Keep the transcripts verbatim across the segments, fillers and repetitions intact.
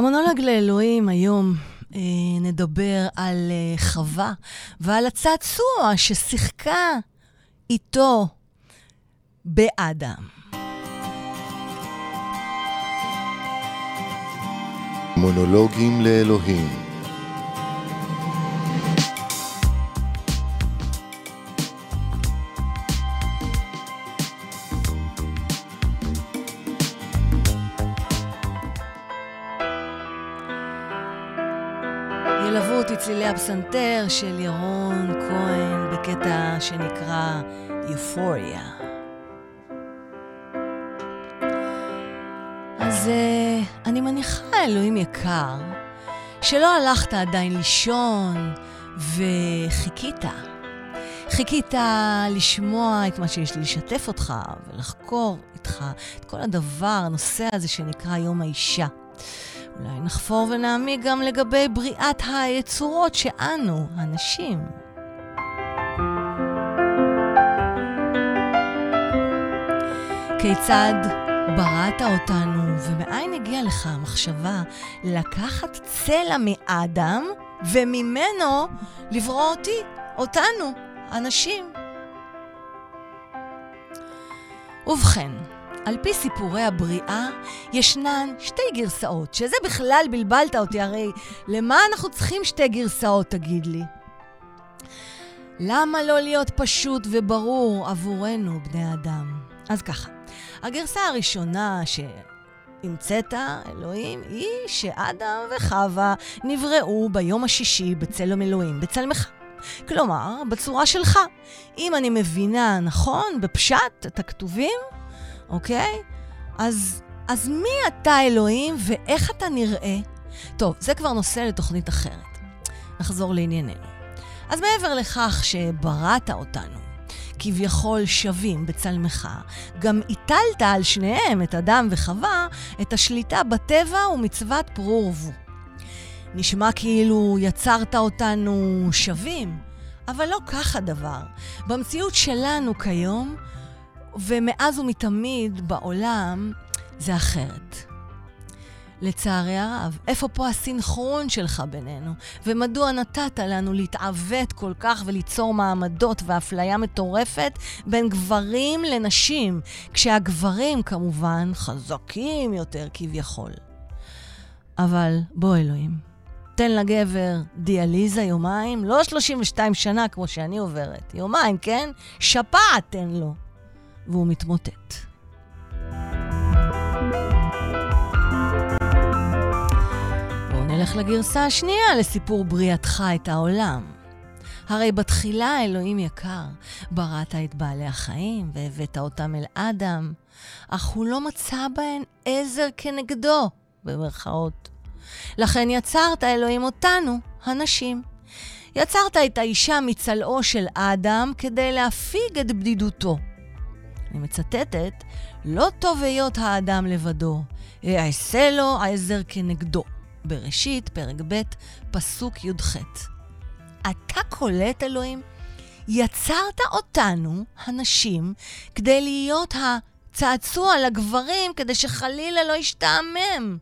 המונולוג לאלוהים היום אה, נדבר על אה, חווה ועל הצעצוע ששיחקה איתו באדם. מונולוגים לאלוהים. ילוו אותי צלילי הפסנתר של ירון כהן בקטע שנקרא יופוריה. אז uh, אני מניחה, אלוהים יקר, שלא הלכת עדיין לישון וחיכית. חיכית לשמוע את מה שיש לי לשתף אותך ולחקור איתך את כל הדבר, הנושא הזה שנקרא יום האישה. אולי נחפור ונעמיק גם לגבי בריאת היצורות שאנו, הנשים. כיצד בראת אותנו, ומאין הגיעה לך המחשבה לקחת צלע מאדם וממנו לברוא אותי, אותנו, הנשים. ובכן, על פי סיפורי הבריאה, ישנן שתי גרסאות, שזה בכלל בלבלת אותי, הרי למה אנחנו צריכים שתי גרסאות, תגיד לי? למה לא להיות פשוט וברור עבורנו, בני אדם? אז ככה, הגרסה הראשונה שהמצאת, אלוהים, היא שאדם וחווה נבראו ביום השישי בצלם אלוהים, בצלמך. כלומר, בצורה שלך. אם אני מבינה נכון, בפשט, את הכתובים, אוקיי? אז, אז מי אתה אלוהים ואיך אתה נראה? טוב, זה כבר נושא לתוכנית אחרת. נחזור לענייננו. אז מעבר לכך שבראת אותנו, כביכול שווים בצלמך, גם הטלת על שניהם, את אדם וחווה, את השליטה בטבע ומצוות פרו ורבו. נשמע כאילו יצרת אותנו שווים, אבל לא כך הדבר. במציאות שלנו כיום, ומאז ומתמיד בעולם, זה אחרת. לצערי הרב, איפה פה הסינכרון שלך בינינו? ומדוע נתת לנו להתעוות כל כך וליצור מעמדות ואפליה מטורפת בין גברים לנשים, כשהגברים כמובן חזקים יותר כביכול. אבל בוא אלוהים, תן לגבר דיאליזה יומיים, לא שלושים ושתיים שנה כמו שאני עוברת, יומיים, כן? שפעת תן לו. והוא מתמוטט. בואו נלך לגרסה השנייה לסיפור בריאתך את העולם. הרי בתחילה, אלוהים יקר, בראת את בעלי החיים והבאת אותם אל אדם, אך הוא לא מצא בהן עזר כנגדו, במרכאות. לכן יצרת, אלוהים, אותנו, הנשים. יצרת את האישה מצלעו של אדם כדי להפיג את בדידותו. אני מצטטת, לא טוב היות האדם לבדו, יעשה לו העזר כנגדו. בראשית, פרק ב', פסוק י"ח. אתה קולט, אלוהים? יצרת אותנו, הנשים, כדי להיות הצעצוע לגברים, כדי שחלילה לא ישתעמם.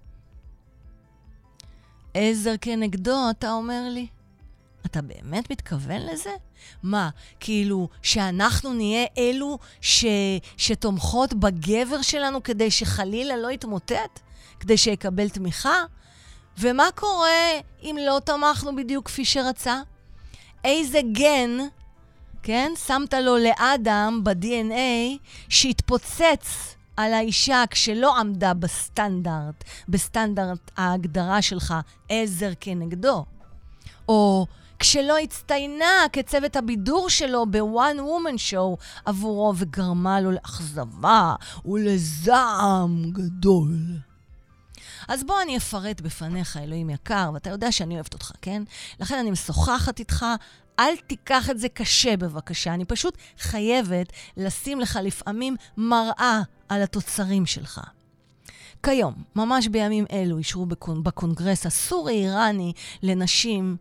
עזר כנגדו, אתה אומר לי? אתה באמת מתכוון לזה? מה, כאילו שאנחנו נהיה אלו ש... שתומכות בגבר שלנו כדי שחלילה לא יתמוטט? כדי שיקבל תמיכה? ומה קורה אם לא תמכנו בדיוק כפי שרצה? איזה גן, כן, שמת לו לאדם ב-די אן איי שהתפוצץ על האישה כשלא עמדה בסטנדרט, בסטנדרט ההגדרה שלך, עזר כנגדו? או כשלא הצטיינה כצוות הבידור שלו ב-One Woman Show עבורו וגרמה לו לאכזבה ולזעם גדול. אז בוא אני אפרט בפניך, אלוהים יקר, ואתה יודע שאני אוהבת אותך, כן? לכן אני משוחחת איתך, אל תיקח את זה קשה בבקשה, אני פשוט חייבת לשים לך לפעמים מראה על התוצרים שלך. כיום, ממש בימים אלו, אישרו בקונגרס הסורי-איראני לנשים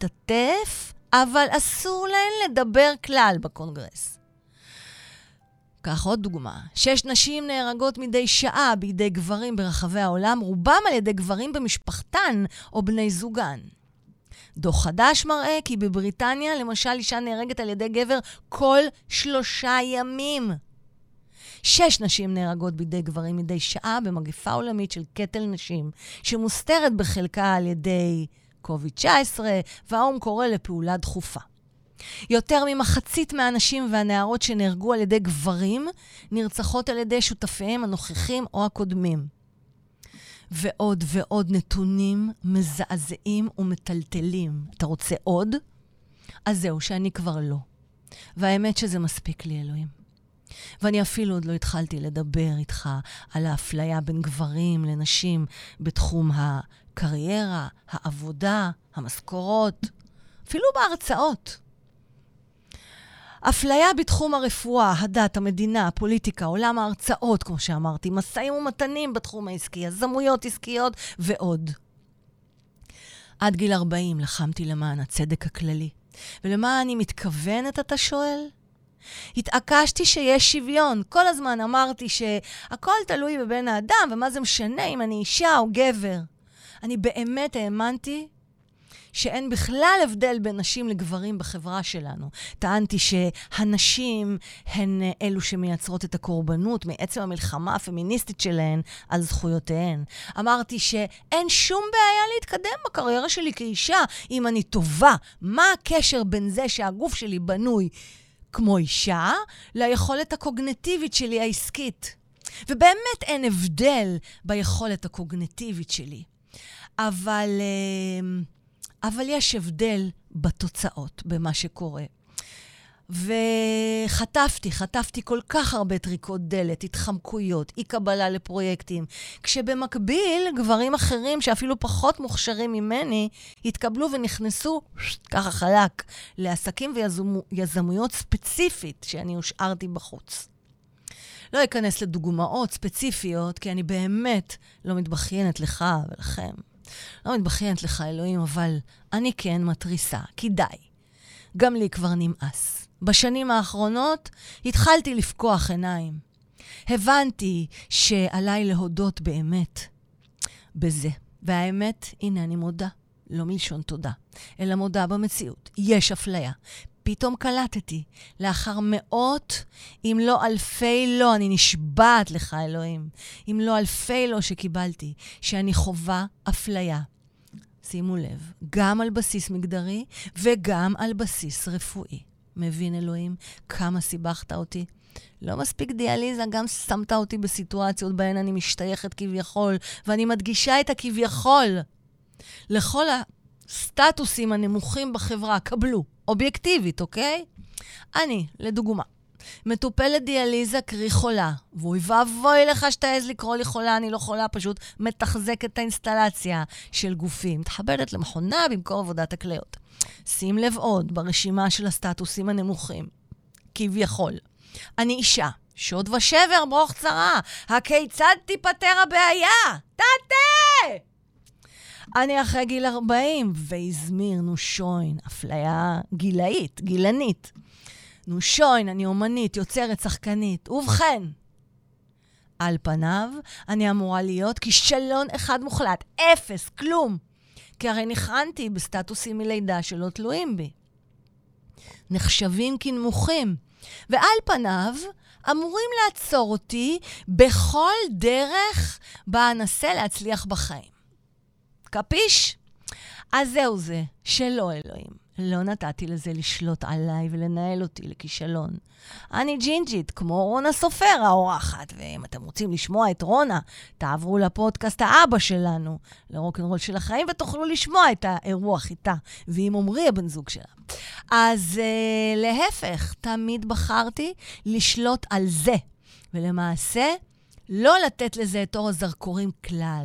להשתתף, אבל אסור להן לדבר כלל בקונגרס. כך עוד דוגמה. שש נשים נהרגות מדי שעה בידי גברים ברחבי העולם, רובם על ידי גברים במשפחתן או בני זוגן. דוח חדש מראה כי בבריטניה, למשל, אישה נהרגת על ידי גבר כל שלושה ימים. שש נשים נהרגות בידי גברים מדי שעה במגפה עולמית של קטל נשים, שמוסתרת בחלקה על ידי קוביד תשע עשרה, והאום קורא לפעולה דחופה. יותר ממחצית מהאנשים והנערות שנהרגו על ידי גברים, נרצחות על ידי שותפיהם הנוכחים או הקודמים. ועוד ועוד נתונים מזעזעים ומטלטלים. אתה רוצה עוד? אז זהו, שאני כבר לא. והאמת שזה מספיק לי, אלוהים. ואני אפילו עוד לא התחלתי לדבר איתך על האפליה בין גברים לנשים בתחום הקריירה, העבודה, המשכורות, אפילו בהרצאות. אפליה בתחום הרפואה, הדת, המדינה, הפוליטיקה, עולם ההרצאות, כמו שאמרתי, מסעים ומתנים בתחום העסקי, יזמויות עסקיות ועוד. עד גיל ארבעים לחמתי למען הצדק הכללי. ולמה אני מתכוונת, אתה שואל? התעקשתי שיש שוויון. כל הזמן אמרתי שהכל תלוי בבין האדם, ומה זה משנה אם אני אישה או גבר. אני באמת האמנתי שאין בכלל הבדל בין נשים לגברים בחברה שלנו. טענתי שהנשים הן אלו שמייצרות את הקורבנות מעצם המלחמה הפמיניסטית שלהן על זכויותיהן. אמרתי שאין שום בעיה להתקדם בקריירה שלי כאישה אם אני טובה. מה הקשר בין זה שהגוף שלי בנוי כמו אישה ליכולת הקוגניטיבית שלי העסקית? ובאמת אין הבדל ביכולת הקוגניטיבית שלי. אבל... אבל יש הבדל בתוצאות, במה שקורה. וחטפתי, חטפתי כל כך הרבה טריקות דלת, התחמקויות, אי קבלה לפרויקטים, כשבמקביל גברים אחרים שאפילו פחות מוכשרים ממני, התקבלו ונכנסו ככה חלק לעסקים ויזמויות ספציפית שאני הושארתי בחוץ. לא אכנס לדוגמאות ספציפיות, כי אני באמת לא מתבחיינת לך ולכם. לא מתבחיינת לך, אלוהים, אבל אני כן מטריסה, כי די. גם לי כבר נמאס. בשנים האחרונות התחלתי לפקוח עיניים. הבנתי שעליי להודות באמת בזה. והאמת, הנה אני מודה, לא מלשון תודה, אלא מודה במציאות. יש אפליה. פתאום קלטתי, לאחר מאות, אם לא אלפי לא, אני נשבעת לך, אלוהים, אם לא אלפי לא שקיבלתי, שאני חובה אפליה. שימו לב, גם על בסיס מגדרי וגם על בסיס רפואי. מבין, אלוהים, כמה סיבכת אותי? לא מספיק דיאליזה, גם שמת אותי בסיטואציות בהן אני משתייכת כביכול, ואני מדגישה את הכביכול. לכל הסטטוסים הנמוכים בחברה, קבלו. אובייקטיבית, אוקיי? אני, לדוגמה, מטופלת דיאליזה קרי חולה, ואוי ואבוי לך שתעז לקרוא לי חולה, אני לא חולה, פשוט מתחזק את האינסטלציה של גופים, מתחברת למכונה במקום עבודת הכליות. שים לב עוד ברשימה של הסטטוסים הנמוכים, כביכול. אני אישה, שוד ושבר, ברוך צרה, הכיצד תיפטר הבעיה? תתה! אני אחרי גיל ארבעים, והזמיר, נו שוין, אפליה גילאית, גילנית. נו שוין, אני אומנית, יוצרת, שחקנית. ובכן, על פניו, אני אמורה להיות כישלון אחד מוחלט, אפס, כלום. כי הרי נכנתי בסטטוסים מלידה שלא תלויים בי. נחשבים כנמוכים. ועל פניו, אמורים לעצור אותי בכל דרך בה אנסה להצליח בחיים. קפיש? אז זהו זה, שלא אלוהים. לא נתתי לזה לשלוט עליי ולנהל אותי לכישלון. אני ג'ינג'ית, כמו רונה סופר האורחת, ואם אתם רוצים לשמוע את רונה, תעברו לפודקאסט האבא שלנו, לרוקנרול של החיים, ותוכלו לשמוע את האירוח איתה, ועם עומרי הבן זוג שלה. אז אה, להפך, תמיד בחרתי לשלוט על זה, ולמעשה לא לתת לזה את אור הזרקורים כלל.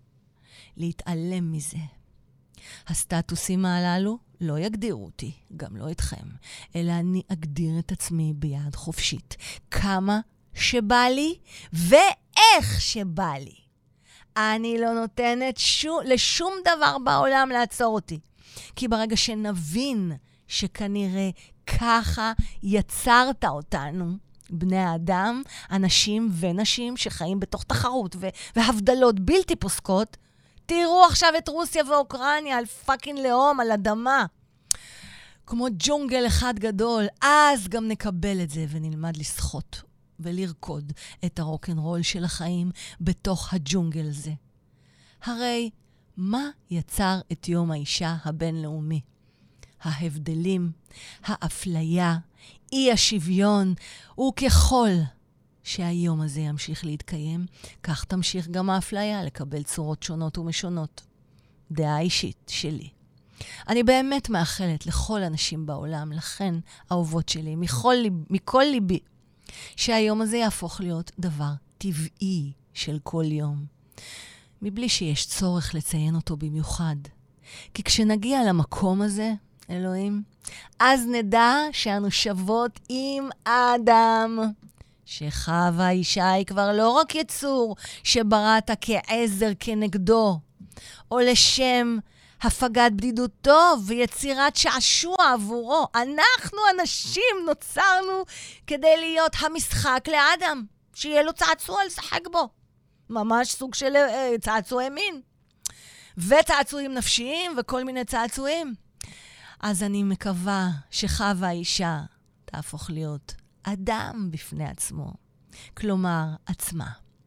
להתעלם מזה. הסטטוסים הללו לא יגדירו אותי, גם לא אתכם, אלא אני אגדיר את עצמי ביד חופשית. כמה שבא לי ואיך שבא לי. אני לא נותנת שום, לשום דבר בעולם לעצור אותי. כי ברגע שנבין שכנראה ככה יצרת אותנו, בני האדם, אנשים ונשים שחיים בתוך תחרות והבדלות בלתי פוסקות, תראו עכשיו את רוסיה ואוקראינה על פאקינג לאום, על אדמה. כמו ג'ונגל אחד גדול, אז גם נקבל את זה ונלמד לשחות ולרקוד את הרוקנרול של החיים בתוך הג'ונגל הזה. הרי מה יצר את יום האישה הבינלאומי? ההבדלים, האפליה, אי השוויון, וככל שהיום הזה ימשיך להתקיים, כך תמשיך גם האפליה לקבל צורות שונות ומשונות. דעה אישית שלי. אני באמת מאחלת לכל אנשים בעולם, לכן אהובות שלי, מכל, ליב, מכל ליבי, שהיום הזה יהפוך להיות דבר טבעי של כל יום, מבלי שיש צורך לציין אותו במיוחד. כי כשנגיע למקום הזה, אלוהים, אז נדע שאנו שוות עם האדם. שחווה האישה היא כבר לא רק יצור שבראת כעזר כנגדו, או לשם הפגת בדידותו ויצירת שעשוע עבורו. אנחנו אנשים נוצרנו כדי להיות המשחק לאדם, שיהיה לו צעצוע לשחק בו. ממש סוג של uh, צעצועי מין. וצעצועים נפשיים וכל מיני צעצועים. אז אני מקווה שחווה האישה תהפוך להיות אדם בפני עצמו. כלומר, עצמה.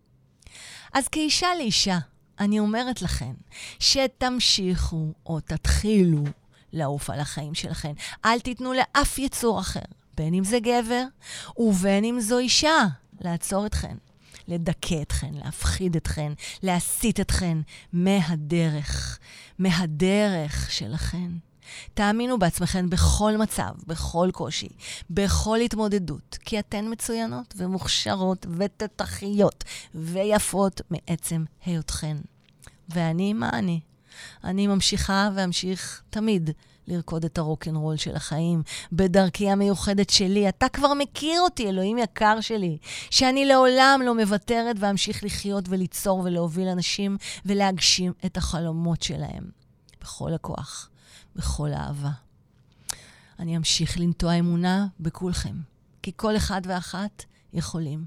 אז כאישה לאישה, אני אומרת לכם שתמשיכו או תתחילו לעוף על החיים שלכם. אל תיתנו לאף יצור אחר, בין אם זה גבר ובין אם זו אישה, לעצור אתכן, לדכא אתכן, להפחיד אתכן, להסיט אתכן מהדרך, מהדרך שלכן. תאמינו בעצמכן בכל מצב, בכל קושי, בכל התמודדות, כי אתן מצוינות ומוכשרות ותתחיות ויפות מעצם היותכן. ואני, מה אני? אני ממשיכה ואמשיך תמיד לרקוד את הרוקנרול של החיים בדרכי המיוחדת שלי. אתה כבר מכיר אותי, אלוהים יקר שלי, שאני לעולם לא מוותרת ואמשיך לחיות וליצור ולהוביל אנשים ולהגשים את החלומות שלהם בכל הכוח. בכל אהבה. אני אמשיך לנטוע אמונה בכולכם, כי כל אחד ואחת יכולים.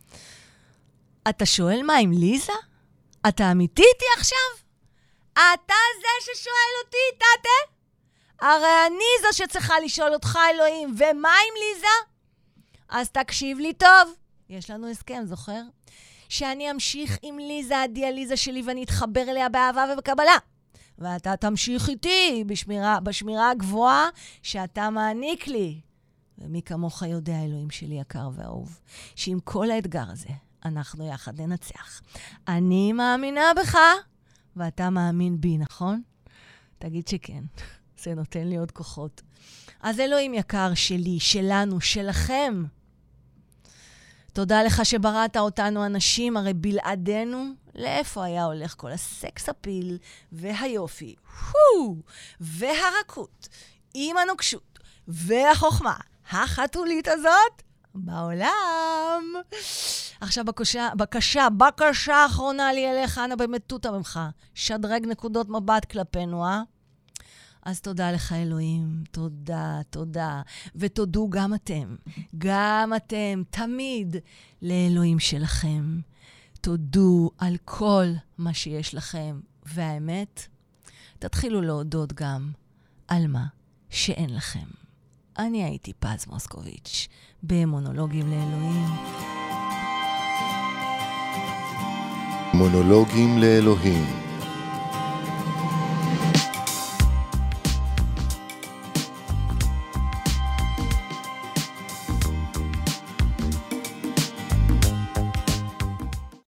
אתה שואל מה עם ליזה? אתה אמיתי איתי עכשיו? אתה זה ששואל אותי, תתה? הרי אני זו שצריכה לשאול אותך, אלוהים, ומה עם ליזה? אז תקשיב לי טוב. יש לנו הסכם, זוכר? שאני אמשיך עם ליזה, הדיאליזה שלי, ואני אתחבר אליה באהבה ובקבלה. ואתה תמשיך איתי בשמירה, בשמירה הגבוהה שאתה מעניק לי. ומי כמוך יודע, אלוהים שלי יקר ואהוב, שעם כל האתגר הזה אנחנו יחד ננצח. אני מאמינה בך, ואתה מאמין בי, נכון? תגיד שכן. זה נותן לי עוד כוחות. אז אלוהים יקר שלי, שלנו, שלכם. תודה לך שבראת אותנו אנשים, הרי בלעדינו, לאיפה היה הולך כל הסקס אפיל והיופי, הו, והרכות, עם הנוקשות והחוכמה החתולית הזאת בעולם. עכשיו בקשה, בקשה, בקשה אחרונה לי אליך, אנה במטוטה ממך. שדרג נקודות מבט כלפינו, אה? אז תודה לך אלוהים, תודה, תודה. ותודו גם אתם, גם אתם, תמיד לאלוהים שלכם. תודו על כל מה שיש לכם, והאמת, תתחילו להודות גם על מה שאין לכם. אני הייתי פז מוסקוביץ' במונולוגים לאלוהים. מונולוגים לאלוהים